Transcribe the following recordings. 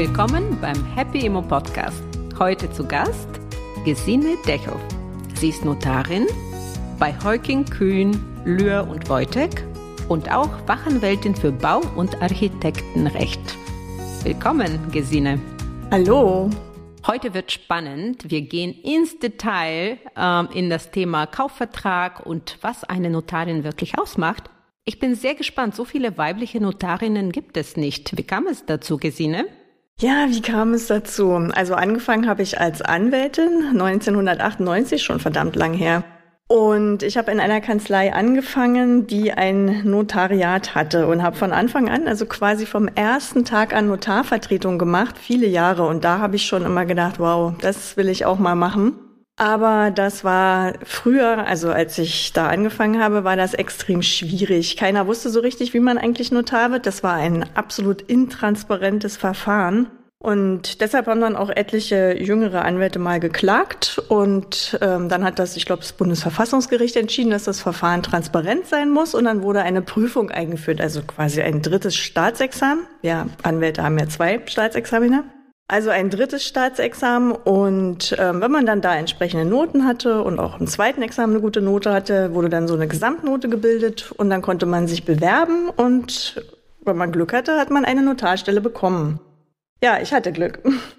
Willkommen beim Happy Immo Podcast. Heute zu Gast Gesine Dechow. Sie ist Notarin bei Heuking Kühn, Lühr und Wojtek und auch Fachanwältin für Bau- und Architektenrecht. Willkommen, Gesine. Hallo. Heute wird spannend. Wir gehen ins Detail in das Thema Kaufvertrag und was eine Notarin wirklich ausmacht. Ich bin sehr gespannt. So viele weibliche Notarinnen gibt es nicht. Wie kam es dazu, Gesine? Ja, wie kam es dazu? Also angefangen habe ich als Anwältin 1998, schon verdammt lang her. Und ich habe in einer Kanzlei angefangen, die ein Notariat hatte und habe von Anfang an, also quasi vom ersten Tag an Notarvertretung gemacht, viele Jahre. Und da habe ich schon immer gedacht, wow, das will ich auch mal machen. Aber das war früher, also als ich da angefangen habe, war das extrem schwierig. Keiner wusste so richtig, wie man eigentlich Notar wird. Das war ein absolut intransparentes Verfahren. Und deshalb haben dann auch etliche jüngere Anwälte mal geklagt. Und dann hat das Bundesverfassungsgericht entschieden, dass das Verfahren transparent sein muss. Und dann wurde eine Prüfung eingeführt, also quasi ein drittes Staatsexamen. Ja, Anwälte haben ja 2 Staatsexamina. Also ein drittes Staatsexamen und wenn man dann da entsprechende Noten hatte und auch im zweiten Examen eine gute Note hatte, wurde dann so eine Gesamtnote gebildet und dann konnte man sich bewerben und wenn man Glück hatte, hat man eine Notarstelle bekommen. Ja, ich hatte Glück.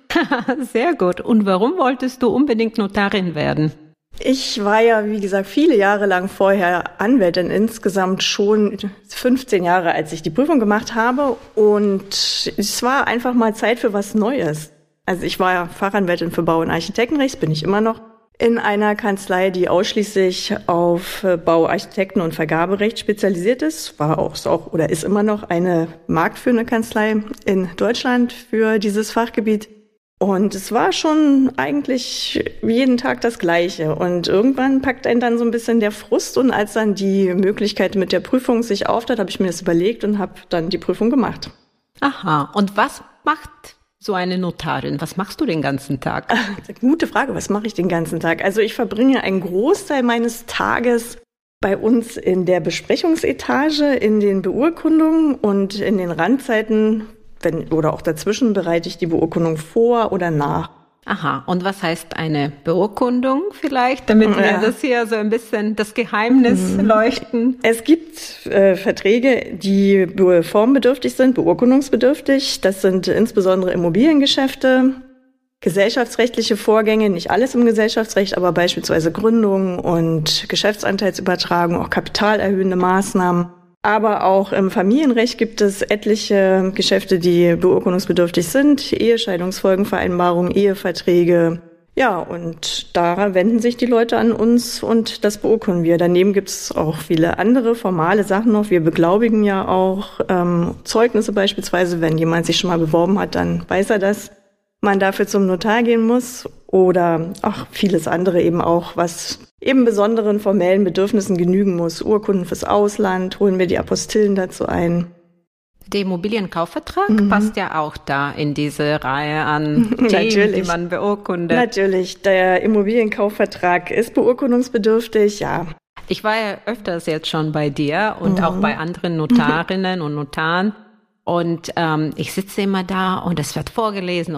Sehr gut. Und warum wolltest du unbedingt Notarin werden? Ich war ja, wie gesagt, viele Jahre lang vorher Anwältin, insgesamt schon 15 Jahre, als ich die Prüfung gemacht habe. Und es war einfach mal Zeit für was Neues. Also ich war ja Fachanwältin für Bau- und Architektenrecht, bin ich immer noch, in einer Kanzlei, die ausschließlich auf Bau-, Architekten- und Vergaberecht spezialisiert ist. Ist immer noch eine marktführende Kanzlei in Deutschland für dieses Fachgebiet. Und es war schon eigentlich jeden Tag das Gleiche. Und irgendwann packt einen dann so ein bisschen der Frust. Und als dann die Möglichkeit mit der Prüfung sich auftat, habe ich mir das überlegt und habe dann die Prüfung gemacht. Aha. Und was macht so eine Notarin? Was machst du den ganzen Tag? Gute Frage. Was mache ich den ganzen Tag? Also ich verbringe einen Großteil meines Tages bei uns in der Besprechungsetage, in den Beurkundungen und in den Randzeiten oder auch dazwischen bereite ich die Beurkundung vor oder nach. Aha, und was heißt eine Beurkundung vielleicht, damit wir das hier so ein bisschen das Geheimnis leuchten? Es gibt Verträge, die formbedürftig sind, beurkundungsbedürftig. Das sind insbesondere Immobiliengeschäfte, gesellschaftsrechtliche Vorgänge, nicht alles im Gesellschaftsrecht, aber beispielsweise Gründung und Geschäftsanteilsübertragung, auch kapitalerhöhende Maßnahmen. Aber auch im Familienrecht gibt es etliche Geschäfte, die beurkundungsbedürftig sind. Ehescheidungsfolgenvereinbarungen, Eheverträge. Ja, und da wenden sich die Leute an uns und das beurkunden wir. Daneben gibt es auch viele andere formale Sachen noch. Wir beglaubigen ja auch Zeugnisse beispielsweise. Wenn jemand sich schon mal beworben hat, dann weiß er, dass man dafür zum Notar gehen muss. Oder auch vieles andere eben auch, was eben besonderen formellen Bedürfnissen genügen muss. Urkunden fürs Ausland, holen wir die Apostillen dazu ein. Der Immobilienkaufvertrag passt ja auch da in diese Reihe an Themen, die man beurkundet. Natürlich, der Immobilienkaufvertrag ist beurkundungsbedürftig, ja. Ich war ja öfters jetzt schon bei dir und auch bei anderen Notarinnen und Notaren. Und ich sitze immer da und es wird vorgelesen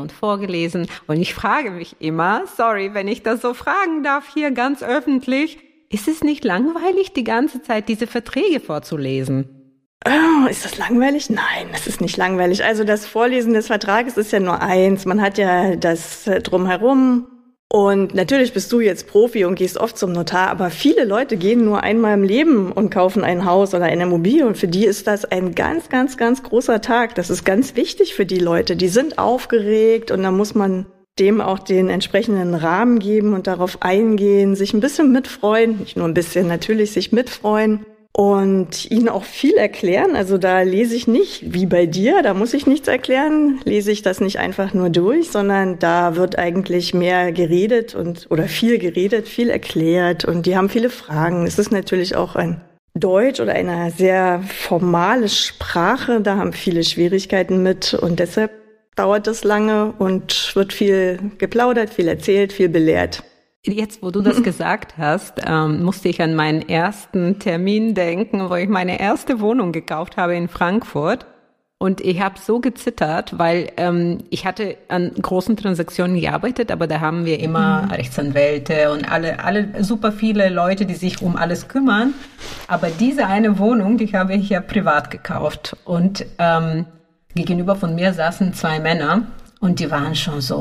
und ich frage mich immer, sorry, wenn ich das so fragen darf hier ganz öffentlich, ist es nicht langweilig, die ganze Zeit diese Verträge vorzulesen? Oh, ist das langweilig? Nein, das ist nicht langweilig. Also das Vorlesen des Vertrages ist ja nur eins. Man hat ja das Drumherum. Und natürlich bist du jetzt Profi und gehst oft zum Notar, aber viele Leute gehen nur einmal im Leben und kaufen ein Haus oder eine Immobilie und für die ist das ein ganz, ganz, ganz großer Tag. Das ist ganz wichtig für die Leute. Die sind aufgeregt und da muss man dem auch den entsprechenden Rahmen geben und darauf eingehen, sich ein bisschen mitfreuen, nicht nur ein bisschen, natürlich sich mitfreuen. Und ihnen auch viel erklären. Also da lese ich nicht, wie bei dir, da muss ich nichts erklären, lese ich das nicht einfach nur durch, sondern da wird eigentlich mehr geredet viel erklärt und die haben viele Fragen. Es ist natürlich auch ein Deutsch oder eine sehr formale Sprache, da haben viele Schwierigkeiten mit und deshalb dauert das lange und wird viel geplaudert, viel erzählt, viel belehrt. Jetzt, wo du das gesagt hast, musste ich an meinen ersten Termin denken, wo ich meine erste Wohnung gekauft habe in Frankfurt. Und ich habe so gezittert, weil ich hatte an großen Transaktionen gearbeitet, aber da haben wir immer Rechtsanwälte und alle super viele Leute, die sich um alles kümmern. Aber diese eine Wohnung, die habe ich ja privat gekauft. Und gegenüber von mir saßen 2 Männer und die waren schon so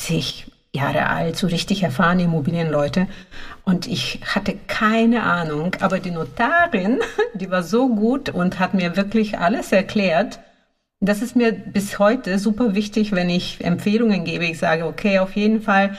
60 Jahre alt, so richtig erfahrene Immobilienleute. Und ich hatte keine Ahnung, aber die Notarin, die war so gut und hat mir wirklich alles erklärt. Das ist mir bis heute super wichtig, wenn ich Empfehlungen gebe. Ich sage, okay, auf jeden Fall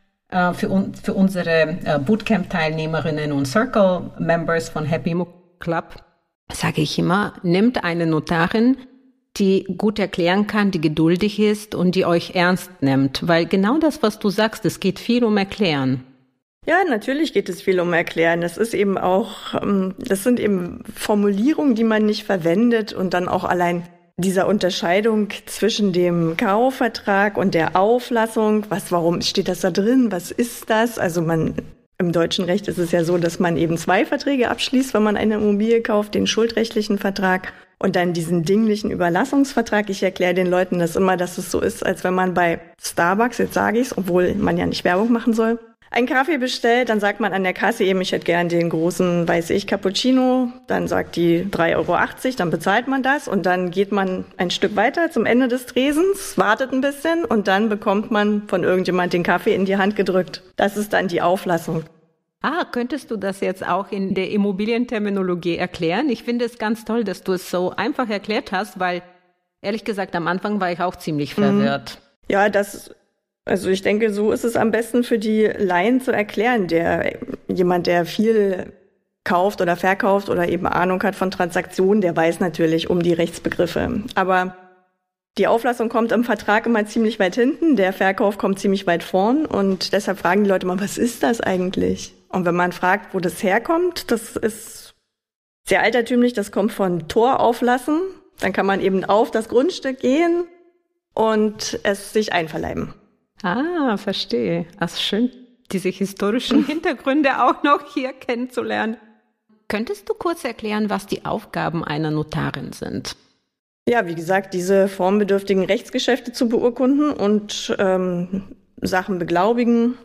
für unsere Bootcamp-Teilnehmerinnen und Circle-Members von Happy Immo Club, sage ich immer, nehmt eine Notarin, die gut erklären kann, die geduldig ist und die euch ernst nimmt. Weil genau das, was du sagst, es geht viel um Erklären. Ja, natürlich geht es viel um Erklären. Das ist eben auch, das sind eben Formulierungen, die man nicht verwendet und dann auch allein dieser Unterscheidung zwischen dem Kaufvertrag und der Auflassung. Warum steht das da drin? Was ist das? Also im deutschen Recht ist es ja so, dass man eben 2 Verträge abschließt, wenn man eine Immobilie kauft, den schuldrechtlichen Vertrag und dann diesen dinglichen Überlassungsvertrag. Ich erkläre den Leuten das immer, dass es so ist, als wenn man bei Starbucks, jetzt sage ich es, obwohl man ja nicht Werbung machen soll, einen Kaffee bestellt, dann sagt man an der Kasse eben, ich hätte gern den großen, Cappuccino, dann sagt die 3,80 €, dann bezahlt man das und dann geht man ein Stück weiter zum Ende des Tresens, wartet ein bisschen und dann bekommt man von irgendjemand den Kaffee in die Hand gedrückt. Das ist dann die Auflassung. Könntest du das jetzt auch in der Immobilienterminologie erklären? Ich finde es ganz toll, dass du es so einfach erklärt hast, weil ehrlich gesagt, am Anfang war ich auch ziemlich verwirrt. Ja, also ich denke, so ist es am besten für die Laien zu erklären, jemand, der viel kauft oder verkauft oder eben Ahnung hat von Transaktionen, der weiß natürlich um die Rechtsbegriffe. Aber die Auflassung kommt im Vertrag immer ziemlich weit hinten, der Verkauf kommt ziemlich weit vorn und deshalb fragen die Leute mal, was ist das eigentlich? Und wenn man fragt, wo das herkommt, das ist sehr altertümlich, das kommt von Tor auflassen. Dann kann man eben auf das Grundstück gehen und es sich einverleiben. Verstehe. Also schön, diese historischen Hintergründe auch noch hier kennenzulernen. Könntest du kurz erklären, was die Aufgaben einer Notarin sind? Ja, wie gesagt, diese formbedürftigen Rechtsgeschäfte zu beurkunden und Sachen beglaubigen.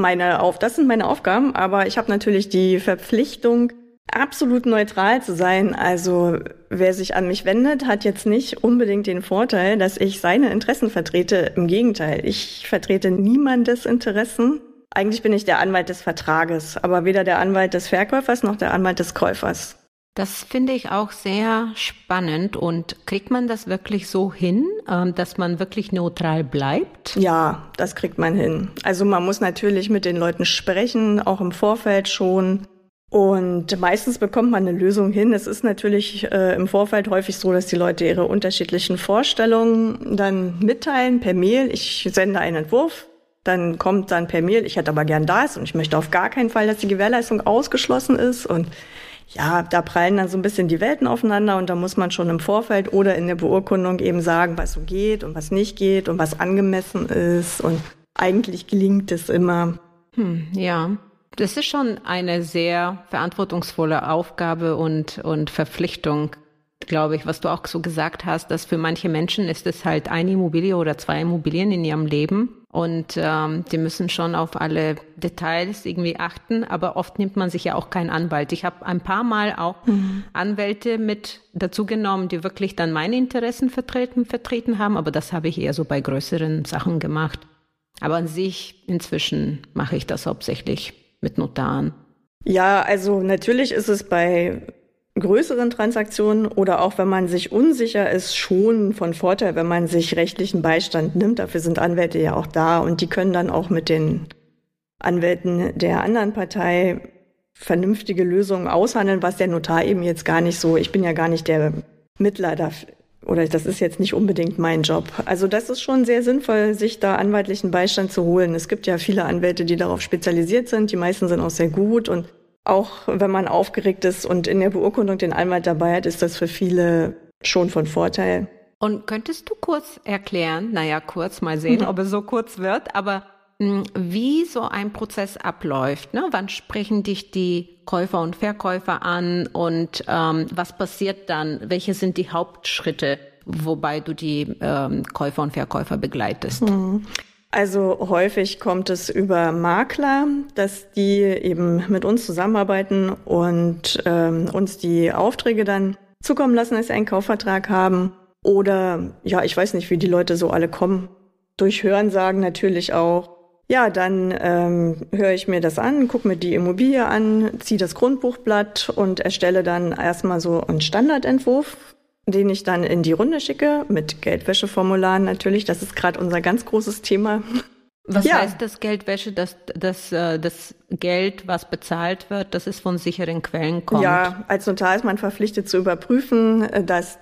Das sind meine Aufgaben, aber ich habe natürlich die Verpflichtung, absolut neutral zu sein. Also wer sich an mich wendet, hat jetzt nicht unbedingt den Vorteil, dass ich seine Interessen vertrete. Im Gegenteil, ich vertrete niemandes Interessen. Eigentlich bin ich der Anwalt des Vertrages, aber weder der Anwalt des Verkäufers noch der Anwalt des Käufers. Das finde ich auch sehr spannend. Und kriegt man das wirklich so hin, dass man wirklich neutral bleibt? Ja, das kriegt man hin. Also man muss natürlich mit den Leuten sprechen, auch im Vorfeld schon. Und meistens bekommt man eine Lösung hin. Es ist natürlich im Vorfeld häufig so, dass die Leute ihre unterschiedlichen Vorstellungen dann mitteilen per Mail. Ich sende einen Entwurf, dann kommt dann per Mail, ich hätte aber gern das und ich möchte auf gar keinen Fall, dass die Gewährleistung ausgeschlossen ist. Und ja, da prallen dann so ein bisschen die Welten aufeinander und da muss man schon im Vorfeld oder in der Beurkundung eben sagen, was so geht und was nicht geht und was angemessen ist. Und eigentlich gelingt es immer. Ja. Das ist schon eine sehr verantwortungsvolle Aufgabe und Verpflichtung, glaube ich, was du auch so gesagt hast, dass für manche Menschen ist es halt eine Immobilie oder 2 Immobilien in ihrem Leben und die müssen schon auf alle Details irgendwie achten, aber oft nimmt man sich ja auch keinen Anwalt. Ich habe ein paar Mal auch Anwälte mit dazu genommen, die wirklich dann meine Interessen vertreten haben, aber das habe ich eher so bei größeren Sachen gemacht. Aber an sich, inzwischen mache ich das hauptsächlich mit Notaren. Ja, also natürlich ist es bei größeren Transaktionen oder auch wenn man sich unsicher ist, schon von Vorteil, wenn man sich rechtlichen Beistand nimmt. Dafür sind Anwälte ja auch da und die können dann auch mit den Anwälten der anderen Partei vernünftige Lösungen aushandeln, was der Notar eben jetzt gar nicht so, ich bin ja gar nicht der Mittler dafür. Oder das ist jetzt nicht unbedingt mein Job. Also das ist schon sehr sinnvoll, sich da anwaltlichen Beistand zu holen. Es gibt ja viele Anwälte, die darauf spezialisiert sind. Die meisten sind auch sehr gut. Und auch wenn man aufgeregt ist und in der Beurkundung den Anwalt dabei hat, ist das für viele schon von Vorteil. Und könntest du kurz erklären, kurz mal sehen, ob es so kurz wird, aber wie so ein Prozess abläuft, ne? Wann sprechen dich die Käufer und Verkäufer an und was passiert dann? Welche sind die Hauptschritte? wobei du die Käufer und Verkäufer begleitest? Also häufig kommt es über Makler, dass die eben mit uns zusammenarbeiten und uns die Aufträge dann zukommen lassen, dass sie einen Kaufvertrag haben. Oder ja, ich weiß nicht, wie die Leute so alle kommen. Durch Hörensagen natürlich auch. Ja, dann höre ich mir das an, gucke mir die Immobilie an, ziehe das Grundbuchblatt und erstelle dann erstmal so einen Standardentwurf, den ich dann in die Runde schicke, mit Geldwäscheformularen natürlich. Das ist gerade unser ganz großes Thema. Was heißt das Geldwäsche? Das Geld, was bezahlt wird, das ist von sicheren Quellen kommt? Ja, als Notar ist man verpflichtet zu überprüfen, dass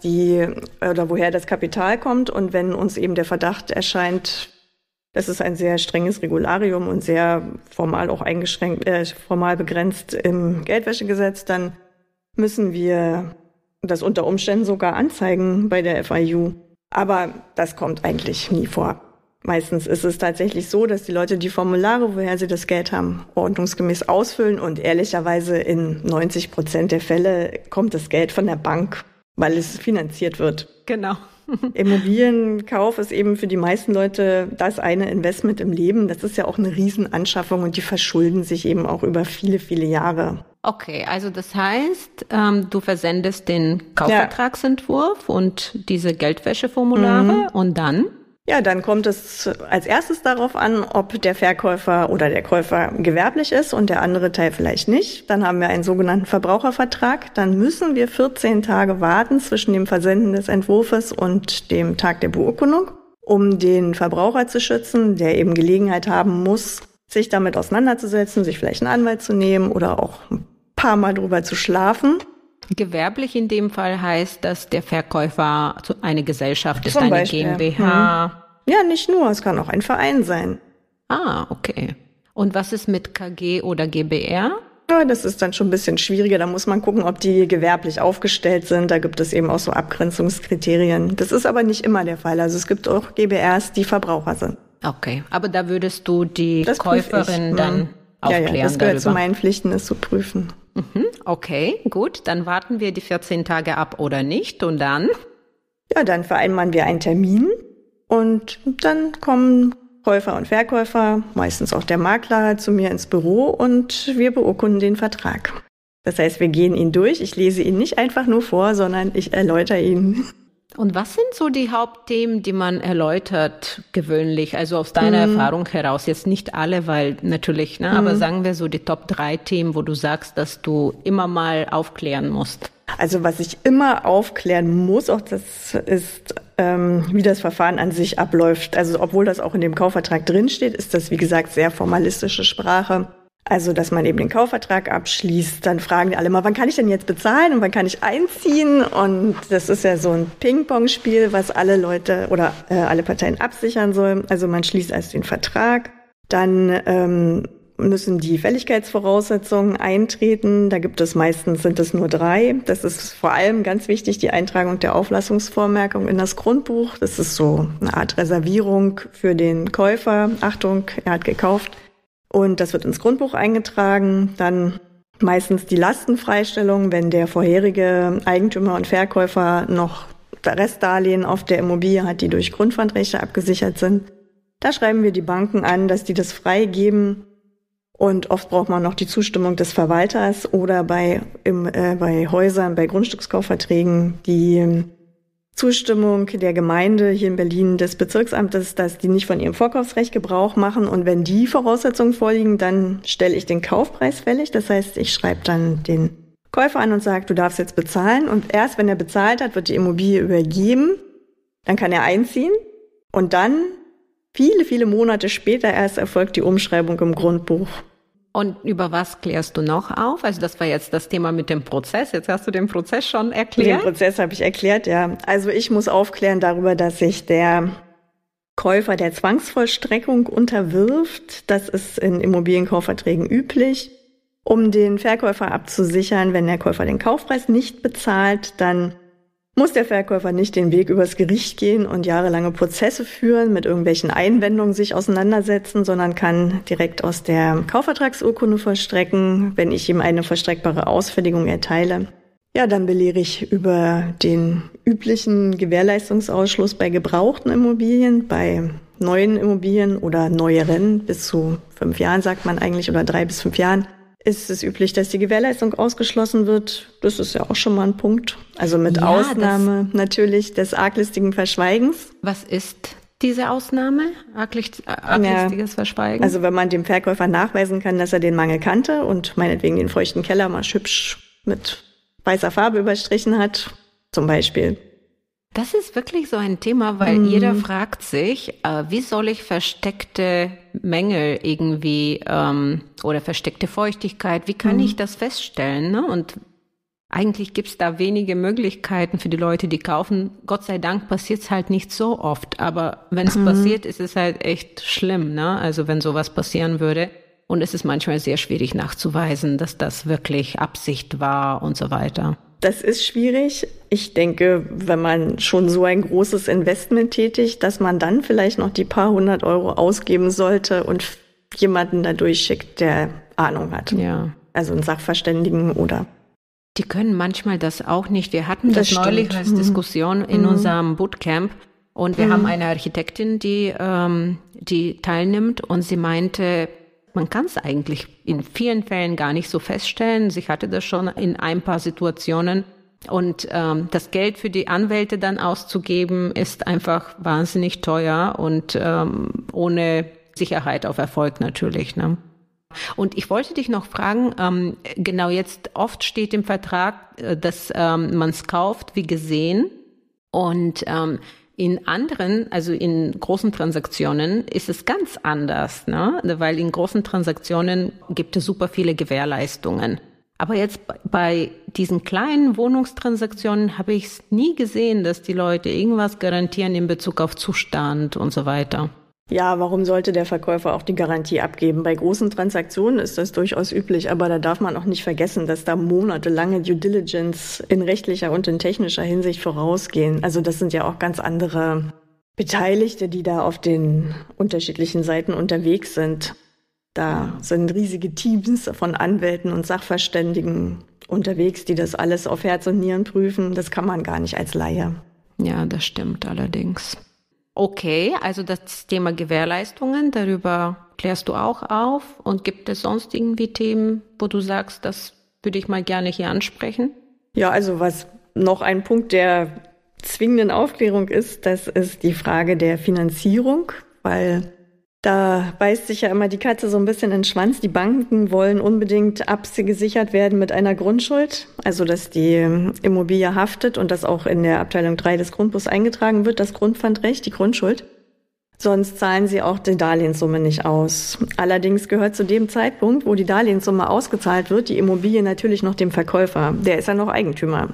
woher das Kapital kommt. Und wenn uns eben der Verdacht erscheint, das ist ein sehr strenges Regularium und sehr formal auch formal begrenzt im Geldwäschegesetz, dann müssen wir das unter Umständen sogar anzeigen bei der FIU. Aber das kommt eigentlich nie vor. Meistens ist es tatsächlich so, dass die Leute die Formulare, woher sie das Geld haben, ordnungsgemäß ausfüllen und ehrlicherweise in 90% der Fälle kommt das Geld von der Bank, weil es finanziert wird. Genau. Immobilienkauf ist eben für die meisten Leute das eine Investment im Leben. Das ist ja auch eine Riesenanschaffung und die verschulden sich eben auch über viele, viele Jahre. Okay, also das heißt, du versendest den Kaufvertragsentwurf und diese Geldwäscheformulare und dann? Ja, dann kommt es als erstes darauf an, ob der Verkäufer oder der Käufer gewerblich ist und der andere Teil vielleicht nicht. Dann haben wir einen sogenannten Verbrauchervertrag. Dann müssen wir 14 Tage warten zwischen dem Versenden des Entwurfs und dem Tag der Beurkundung, um den Verbraucher zu schützen, der eben Gelegenheit haben muss, sich damit auseinanderzusetzen, sich vielleicht einen Anwalt zu nehmen oder auch ein paar Mal drüber zu schlafen. Gewerblich in dem Fall heißt, dass der Verkäufer eine Gesellschaft ist, Zum eine Beispiel. GmbH. Ja, nicht nur, es kann auch ein Verein sein. Ah, okay. Und was ist mit KG oder GbR? Ja, das ist dann schon ein bisschen schwieriger. Da muss man gucken, ob die gewerblich aufgestellt sind. Da gibt es eben auch so Abgrenzungskriterien. Das ist aber nicht immer der Fall. Also es gibt auch GbRs, die Verbraucher sind. Okay, aber da würdest du die Käuferin dann aufklären ja, das gehört darüber. zu meinen Pflichten, das zu prüfen. Okay, gut. Dann warten wir die 14 Tage ab oder nicht und dann? Ja, dann vereinbaren wir einen Termin und dann kommen Käufer und Verkäufer, meistens auch der Makler, zu mir ins Büro und wir beurkunden den Vertrag. Das heißt, wir gehen ihn durch. Ich lese ihn nicht einfach nur vor, sondern ich erläutere ihn. Und was sind so die Hauptthemen, die man erläutert gewöhnlich, also aus deiner Erfahrung heraus? Jetzt nicht alle, weil natürlich, aber sagen wir so die Top 3 Themen, wo du sagst, dass du immer mal aufklären musst. Also was ich immer aufklären muss, auch das ist, wie das Verfahren an sich abläuft. Also obwohl das auch in dem Kaufvertrag drinsteht, ist das, wie gesagt, sehr formalistische Sprache. Also, dass man eben den Kaufvertrag abschließt, dann fragen die alle mal, wann kann ich denn jetzt bezahlen und wann kann ich einziehen? Und das ist ja so ein Ping-Pong-Spiel, was alle Leute oder alle Parteien absichern sollen. Also man schließt erst den Vertrag, dann müssen die Fälligkeitsvoraussetzungen eintreten. Da sind es nur 3. Das ist vor allem ganz wichtig, die Eintragung der Auflassungsvormerkung in das Grundbuch. Das ist so eine Art Reservierung für den Käufer. Achtung, er hat gekauft. Und das wird ins Grundbuch eingetragen. Dann meistens die Lastenfreistellung, wenn der vorherige Eigentümer und Verkäufer noch Restdarlehen auf der Immobilie hat, die durch Grundpfandrechte abgesichert sind. Da schreiben wir die Banken an, dass die das freigeben. Und oft braucht man noch die Zustimmung des Verwalters oder bei Häusern, bei Grundstückskaufverträgen die Zustimmung der Gemeinde hier in Berlin des Bezirksamtes, dass die nicht von ihrem Vorkaufsrecht Gebrauch machen. Und wenn die Voraussetzungen vorliegen, dann stelle ich den Kaufpreis fällig. Das heißt, ich schreibe dann den Käufer an und sage, du darfst jetzt bezahlen. Und erst wenn er bezahlt hat, wird die Immobilie übergeben. Dann kann er einziehen. Und dann, viele, viele Monate später erst, erfolgt die Umschreibung im Grundbuch. Und über was klärst du noch auf? Also das war jetzt das Thema mit dem Prozess. Jetzt hast du den Prozess schon erklärt. Den Prozess habe ich erklärt, ja. Also ich muss aufklären darüber, dass sich der Käufer der Zwangsvollstreckung unterwirft. Das ist in Immobilienkaufverträgen üblich. Um den Verkäufer abzusichern, wenn der Käufer den Kaufpreis nicht bezahlt, dann muss der Verkäufer nicht den Weg übers Gericht gehen und jahrelange Prozesse führen, mit irgendwelchen Einwendungen sich auseinandersetzen, sondern kann direkt aus der Kaufvertragsurkunde vollstrecken, wenn ich ihm eine vollstreckbare Ausfertigung erteile. Ja, dann belehre ich über den üblichen Gewährleistungsausschluss bei gebrauchten Immobilien, bei neuen Immobilien oder neueren, bis zu 5 Jahren sagt man eigentlich, oder 3 bis 5 Jahren, ist es üblich, dass die Gewährleistung ausgeschlossen wird. Das ist ja auch schon mal ein Punkt. Also mit Ausnahme natürlich des arglistigen Verschweigens. Was ist diese Ausnahme? Arglistiges Verschweigen? Also wenn man dem Verkäufer nachweisen kann, dass er den Mangel kannte und meinetwegen den feuchten Keller mal hübsch mit weißer Farbe überstrichen hat, zum Beispiel. Das ist wirklich so ein Thema, weil jeder fragt sich, wie soll ich versteckte Mängel irgendwie oder versteckte Feuchtigkeit, wie kann ich das feststellen? Ne? Und eigentlich gibt's da wenige Möglichkeiten für die Leute, die kaufen. Gott sei Dank passiert's halt nicht so oft, aber wenn es passiert, ist es halt echt schlimm, ne? Also wenn sowas passieren würde. Und es ist manchmal sehr schwierig nachzuweisen, dass das wirklich Absicht war und so weiter. Das ist schwierig. Ich denke, wenn man schon so ein großes Investment tätigt, dass man dann vielleicht noch die paar 100 Euro ausgeben sollte und jemanden da durchschickt, der Ahnung hat. Ja. Also einen Sachverständigen oder... Die können manchmal das auch nicht. Wir hatten das neulich als Diskussion in unserem Bootcamp und wir haben eine Architektin, die teilnimmt und sie meinte, man kann es eigentlich in vielen Fällen gar nicht so feststellen. Sie hatte das schon in ein paar Situationen. Und das Geld für die Anwälte dann auszugeben, ist einfach wahnsinnig teuer und ohne Sicherheit auf Erfolg natürlich. Ne? Und ich wollte dich noch fragen, genau jetzt oft steht im Vertrag, dass man es kauft, wie gesehen. Und in anderen, also in großen Transaktionen ist es ganz anders, ne? Weil in großen Transaktionen gibt es super viele Gewährleistungen. Aber jetzt bei diesen kleinen Wohnungstransaktionen habe ich es nie gesehen, dass die Leute irgendwas garantieren in Bezug auf Zustand und so weiter. Ja, warum sollte der Verkäufer auch die Garantie abgeben? Bei großen Transaktionen ist das durchaus üblich, aber da darf man auch nicht vergessen, dass da monatelange Due Diligence in rechtlicher und in technischer Hinsicht vorausgehen. Also das sind ja auch ganz andere Beteiligte, die da auf den unterschiedlichen Seiten unterwegs sind. Da sind riesige Teams von Anwälten und Sachverständigen unterwegs, die das alles auf Herz und Nieren prüfen. Das kann man gar nicht als Laie. Ja, das stimmt allerdings. Okay, also das Thema Gewährleistungen, darüber klärst du auch auf. Und gibt es sonst irgendwie Themen, wo du sagst, das würde ich mal gerne hier ansprechen? Ja, also was noch ein Punkt der zwingenden Aufklärung ist, das ist die Frage der Finanzierung, weil da beißt sich ja immer die Katze so ein bisschen in den Schwanz. Die Banken wollen unbedingt abgesichert werden mit einer Grundschuld, also dass die Immobilie haftet und das auch in der Abteilung 3 des Grundbuchs eingetragen wird, das Grundpfandrecht, die Grundschuld. Sonst zahlen sie auch die Darlehenssumme nicht aus. Allerdings gehört zu dem Zeitpunkt, wo die Darlehenssumme ausgezahlt wird, die Immobilie natürlich noch dem Verkäufer. Der ist ja noch Eigentümer.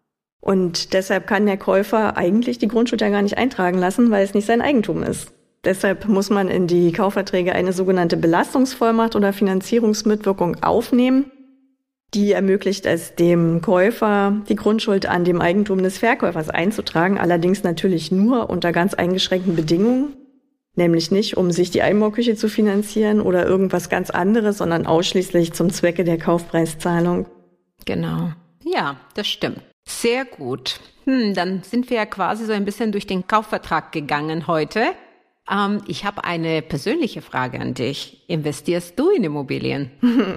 Und deshalb kann der Käufer eigentlich die Grundschuld ja gar nicht eintragen lassen, weil es nicht sein Eigentum ist. Deshalb muss man in die Kaufverträge eine sogenannte Belastungsvollmacht oder Finanzierungsmitwirkung aufnehmen. Die ermöglicht es dem Käufer, die Grundschuld an dem Eigentum des Verkäufers einzutragen, allerdings natürlich nur unter ganz eingeschränkten Bedingungen. Nämlich nicht, um sich die Einbauküche zu finanzieren oder irgendwas ganz anderes, sondern ausschließlich zum Zwecke der Kaufpreiszahlung. Genau. Ja, das stimmt. Sehr gut. Dann sind wir ja quasi so ein bisschen durch den Kaufvertrag gegangen heute. Ich habe eine persönliche Frage an dich. Investierst du in Immobilien?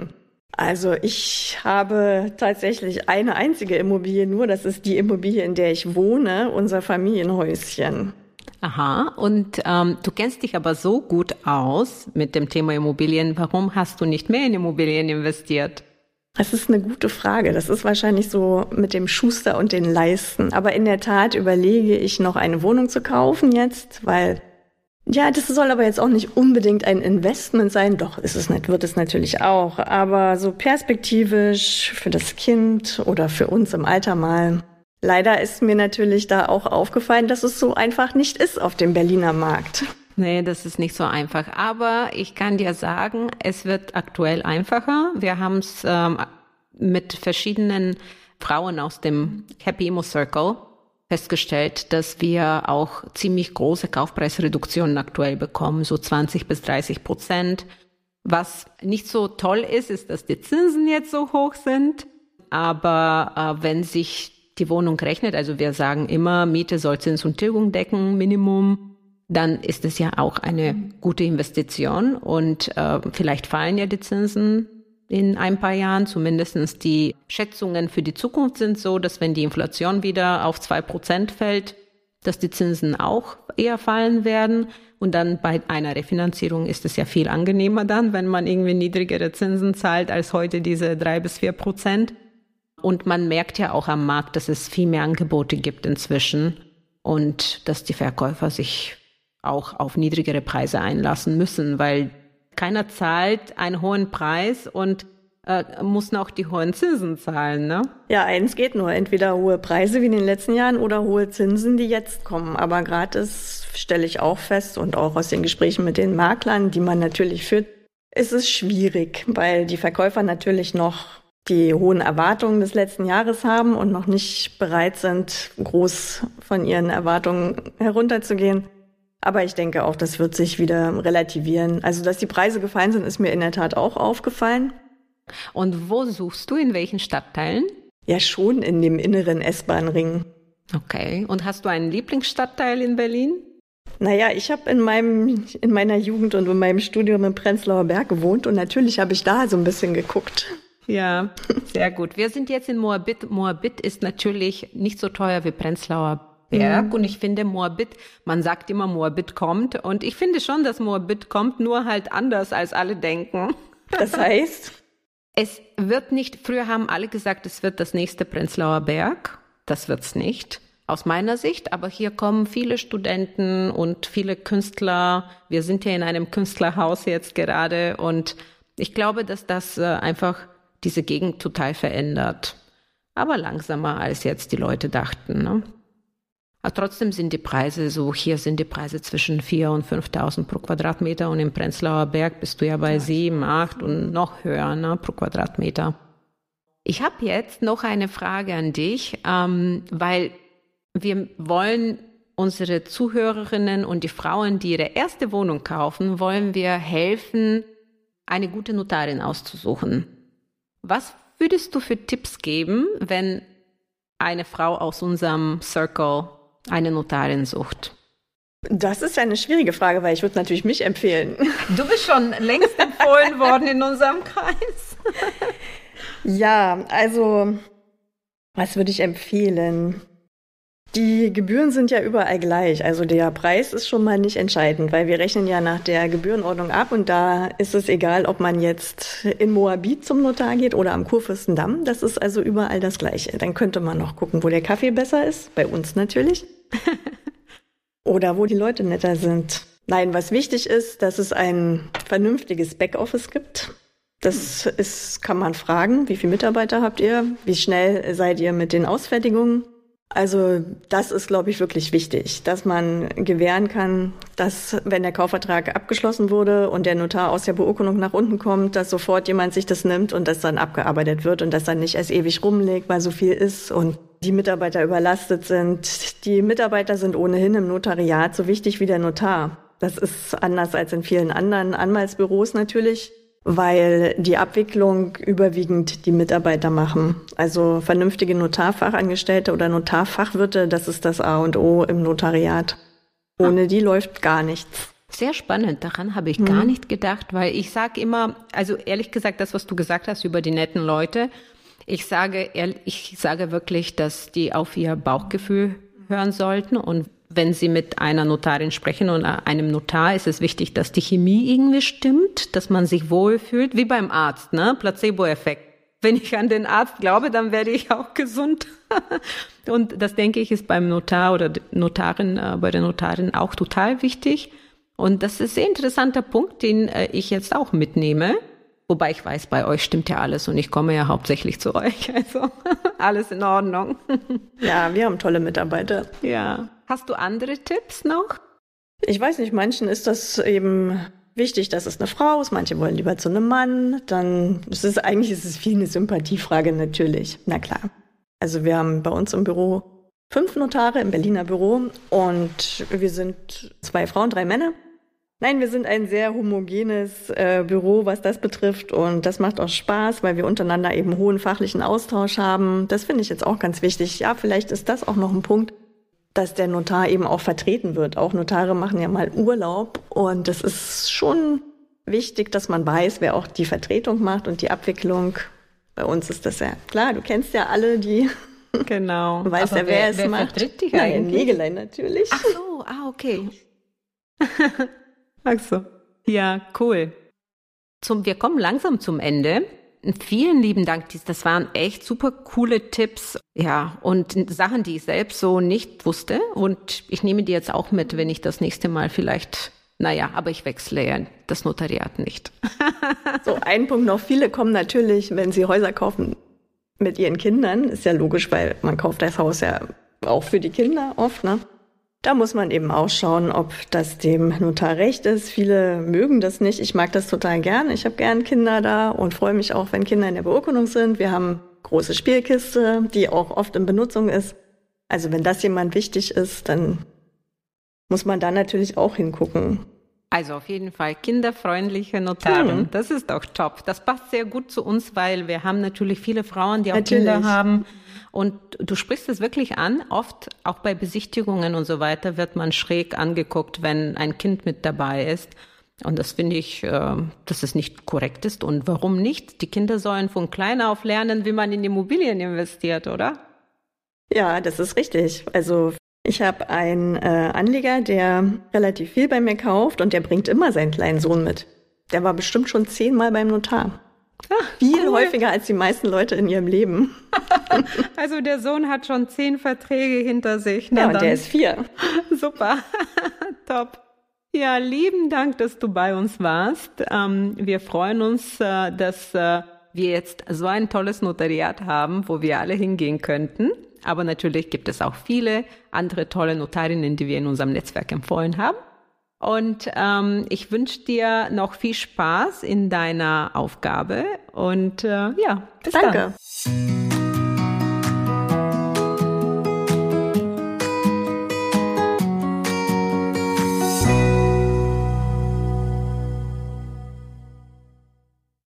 Also ich habe tatsächlich eine einzige Immobilie nur. Das ist die Immobilie, in der ich wohne, unser Familienhäuschen. Aha, und du kennst dich aber so gut aus mit dem Thema Immobilien. Warum hast du nicht mehr in Immobilien investiert? Das ist eine gute Frage. Das ist wahrscheinlich so mit dem Schuster und den Leisten. Aber in der Tat überlege ich noch eine Wohnung zu kaufen jetzt, weil ja, das soll aber jetzt auch nicht unbedingt ein Investment sein. Doch, wird es natürlich auch. Aber so perspektivisch für das Kind oder für uns im Alter mal. Leider ist mir natürlich da auch aufgefallen, dass es so einfach nicht ist auf dem Berliner Markt. Nee, das ist nicht so einfach. Aber ich kann dir sagen, es wird aktuell einfacher. Wir haben es mit verschiedenen Frauen aus dem Happy Immo Circle festgestellt, dass wir auch ziemlich große Kaufpreisreduktionen aktuell bekommen, so 20-30%. Was nicht so toll ist, ist, dass die Zinsen jetzt so hoch sind. Aber wenn sich die Wohnung rechnet, also wir sagen immer, Miete soll Zins und Tilgung decken, Minimum, dann ist es ja auch eine gute Investition. Und vielleicht fallen ja die Zinsen in ein paar Jahren. Zumindest die Schätzungen für die Zukunft sind so, dass wenn die Inflation wieder auf 2% fällt, dass die Zinsen auch eher fallen werden. Und dann bei einer Refinanzierung ist es ja viel angenehmer dann, wenn man irgendwie niedrigere Zinsen zahlt als heute diese 3-4%. Und man merkt ja auch am Markt, dass es viel mehr Angebote gibt inzwischen und dass die Verkäufer sich auch auf niedrigere Preise einlassen müssen, weil keiner zahlt einen hohen Preis und muss noch die hohen Zinsen zahlen, ne? Ja, eins geht nur, entweder hohe Preise wie in den letzten Jahren oder hohe Zinsen, die jetzt kommen. Aber gerade das stelle ich auch fest und auch aus den Gesprächen mit den Maklern, die man natürlich führt, ist es schwierig, weil die Verkäufer natürlich noch die hohen Erwartungen des letzten Jahres haben und noch nicht bereit sind, groß von ihren Erwartungen herunterzugehen. Aber ich denke auch, das wird sich wieder relativieren. Also, dass die Preise gefallen sind, ist mir in der Tat auch aufgefallen. Und wo suchst du, in welchen Stadtteilen? Ja, schon in dem inneren S-Bahn-Ring. Okay. Und hast du einen Lieblingsstadtteil in Berlin? Naja, ich habe in meiner Jugend und in meinem Studium im Prenzlauer Berg gewohnt und natürlich habe ich da so ein bisschen geguckt. Ja, sehr gut. Wir sind jetzt in Moabit. Moabit ist natürlich nicht so teuer wie Prenzlauer Berg. Und ich finde Moabit, man sagt immer, Moabit kommt. Und ich finde schon, dass Moabit kommt, nur halt anders, als alle denken. Das heißt? Es wird nicht, früher haben alle gesagt, es wird das nächste Prenzlauer Berg. Das wird's nicht, aus meiner Sicht. Aber hier kommen viele Studenten und viele Künstler. Wir sind ja in einem Künstlerhaus jetzt gerade. Und ich glaube, dass das einfach diese Gegend total verändert. Aber langsamer, als jetzt die Leute dachten, ne? Aber trotzdem sind die Preise so, hier sind die Preise zwischen 4.000 und 5.000 pro Quadratmeter und im Prenzlauer Berg bist du ja bei 7, 8 und noch höher, ne, pro Quadratmeter. Ich habe jetzt noch eine Frage an dich, weil wir wollen unsere Zuhörerinnen und die Frauen, die ihre erste Wohnung kaufen, wollen wir helfen, eine gute Notarin auszusuchen. Was würdest du für Tipps geben, wenn eine Frau aus unserem Circle eine Notarin sucht? Das ist ja eine schwierige Frage, weil ich würde natürlich mich empfehlen. Du bist schon längst empfohlen worden in unserem Kreis. Ja, also, was würde ich empfehlen? Die Gebühren sind ja überall gleich. Also der Preis ist schon mal nicht entscheidend, weil wir rechnen ja nach der Gebührenordnung ab und da ist es egal, ob man jetzt in Moabit zum Notar geht oder am Kurfürstendamm. Das ist also überall das Gleiche. Dann könnte man noch gucken, wo der Kaffee besser ist. Bei uns natürlich. Oder wo die Leute netter sind. Nein, was wichtig ist, dass es ein vernünftiges Backoffice gibt. Kann man fragen, wie viele Mitarbeiter habt ihr? Wie schnell seid ihr mit den Ausfertigungen? Also das ist, glaube ich, wirklich wichtig, dass man gewähren kann, dass, wenn der Kaufvertrag abgeschlossen wurde und der Notar aus der Beurkundung nach unten kommt, dass sofort jemand sich das nimmt und das dann abgearbeitet wird und das dann nicht erst ewig rumliegt, weil so viel ist und die Mitarbeiter überlastet sind. Die Mitarbeiter sind ohnehin im Notariat so wichtig wie der Notar. Das ist anders als in vielen anderen Anwaltsbüros natürlich, weil die Abwicklung überwiegend die Mitarbeiter machen. Also vernünftige Notarfachangestellte oder Notarfachwirte, das ist das A und O im Notariat. Ohne die läuft gar nichts. Sehr spannend, daran habe ich gar nicht gedacht, weil ich sage immer, also ehrlich gesagt, das, was du gesagt hast über die netten Leute, ich sage wirklich, dass die auf ihr Bauchgefühl hören sollten und wenn Sie mit einer Notarin sprechen und einem Notar, ist es wichtig, dass die Chemie irgendwie stimmt, dass man sich wohlfühlt, wie beim Arzt, ne? Placebo-Effekt. Wenn ich an den Arzt glaube, dann werde ich auch gesund. Und das, denke ich, ist beim Notar oder Notarin, bei der Notarin auch total wichtig. Und das ist ein sehr interessanter Punkt, den ich jetzt auch mitnehme. Wobei ich weiß, bei euch stimmt ja alles und ich komme ja hauptsächlich zu euch. Also alles in Ordnung. Ja, wir haben tolle Mitarbeiter. Ja. Hast du andere Tipps noch? Ich weiß nicht, manchen ist das eben wichtig, dass es eine Frau ist. Manche wollen lieber zu einem Mann. Eigentlich ist es viel eine Sympathiefrage natürlich. Na klar. Also wir haben bei uns im Büro 5 Notare im Berliner Büro und wir sind 2 Frauen, 3 Männer. Nein, wir sind ein sehr homogenes Büro, was das betrifft. Und das macht auch Spaß, weil wir untereinander eben hohen fachlichen Austausch haben. Das finde ich jetzt auch ganz wichtig. Ja, vielleicht ist das auch noch ein Punkt, dass der Notar eben auch vertreten wird. Auch Notare machen ja mal Urlaub. Und das ist schon wichtig, dass man weiß, wer auch die Vertretung macht und die Abwicklung. Bei uns ist das ja klar. Du kennst ja alle, die... Genau. Du weißt ja, wer es macht. Wer vertritt dich eigentlich? Nägelein natürlich. Ach so, okay. Ach so. Ja, cool. Wir kommen langsam zum Ende. Vielen lieben Dank. Das waren echt super coole Tipps. Ja, und Sachen, die ich selbst so nicht wusste. Und ich nehme die jetzt auch mit, wenn ich das nächste Mal vielleicht, aber ich wechsle ja das Notariat nicht. So, ein Punkt noch. Viele kommen natürlich, wenn sie Häuser kaufen, mit ihren Kindern. Ist ja logisch, weil man kauft das Haus ja auch für die Kinder oft, ne? Da muss man eben auch schauen, ob das dem Notar recht ist. Viele mögen das nicht. Ich mag das total gern. Ich habe gern Kinder da und freue mich auch, wenn Kinder in der Beurkundung sind. Wir haben große Spielkiste, die auch oft in Benutzung ist. Also wenn das jemand wichtig ist, dann muss man da natürlich auch hingucken. Also auf jeden Fall kinderfreundliche Notare. Das ist auch top. Das passt sehr gut zu uns, weil wir haben natürlich viele Frauen, die auch Kinder haben. Und du sprichst es wirklich an. Oft, auch bei Besichtigungen und so weiter, wird man schräg angeguckt, wenn ein Kind mit dabei ist. Und das finde ich, dass es nicht korrekt ist. Und warum nicht? Die Kinder sollen von klein auf lernen, wie man in Immobilien investiert, oder? Ja, das ist richtig. Also ich habe einen Anleger, der relativ viel bei mir kauft und der bringt immer seinen kleinen Sohn mit. Der war bestimmt schon 10-mal beim Notar. Viel häufiger als die meisten Leute in ihrem Leben. Also der Sohn hat schon 10 Verträge hinter sich. Ja, und der ist 4. Super, top. Ja, lieben Dank, dass du bei uns warst. Wir freuen uns, dass wir jetzt so ein tolles Notariat haben, wo wir alle hingehen könnten. Aber natürlich gibt es auch viele andere tolle Notarinnen, die wir in unserem Netzwerk empfohlen haben. Und ich wünsche dir noch viel Spaß in deiner Aufgabe und bis dann. Danke.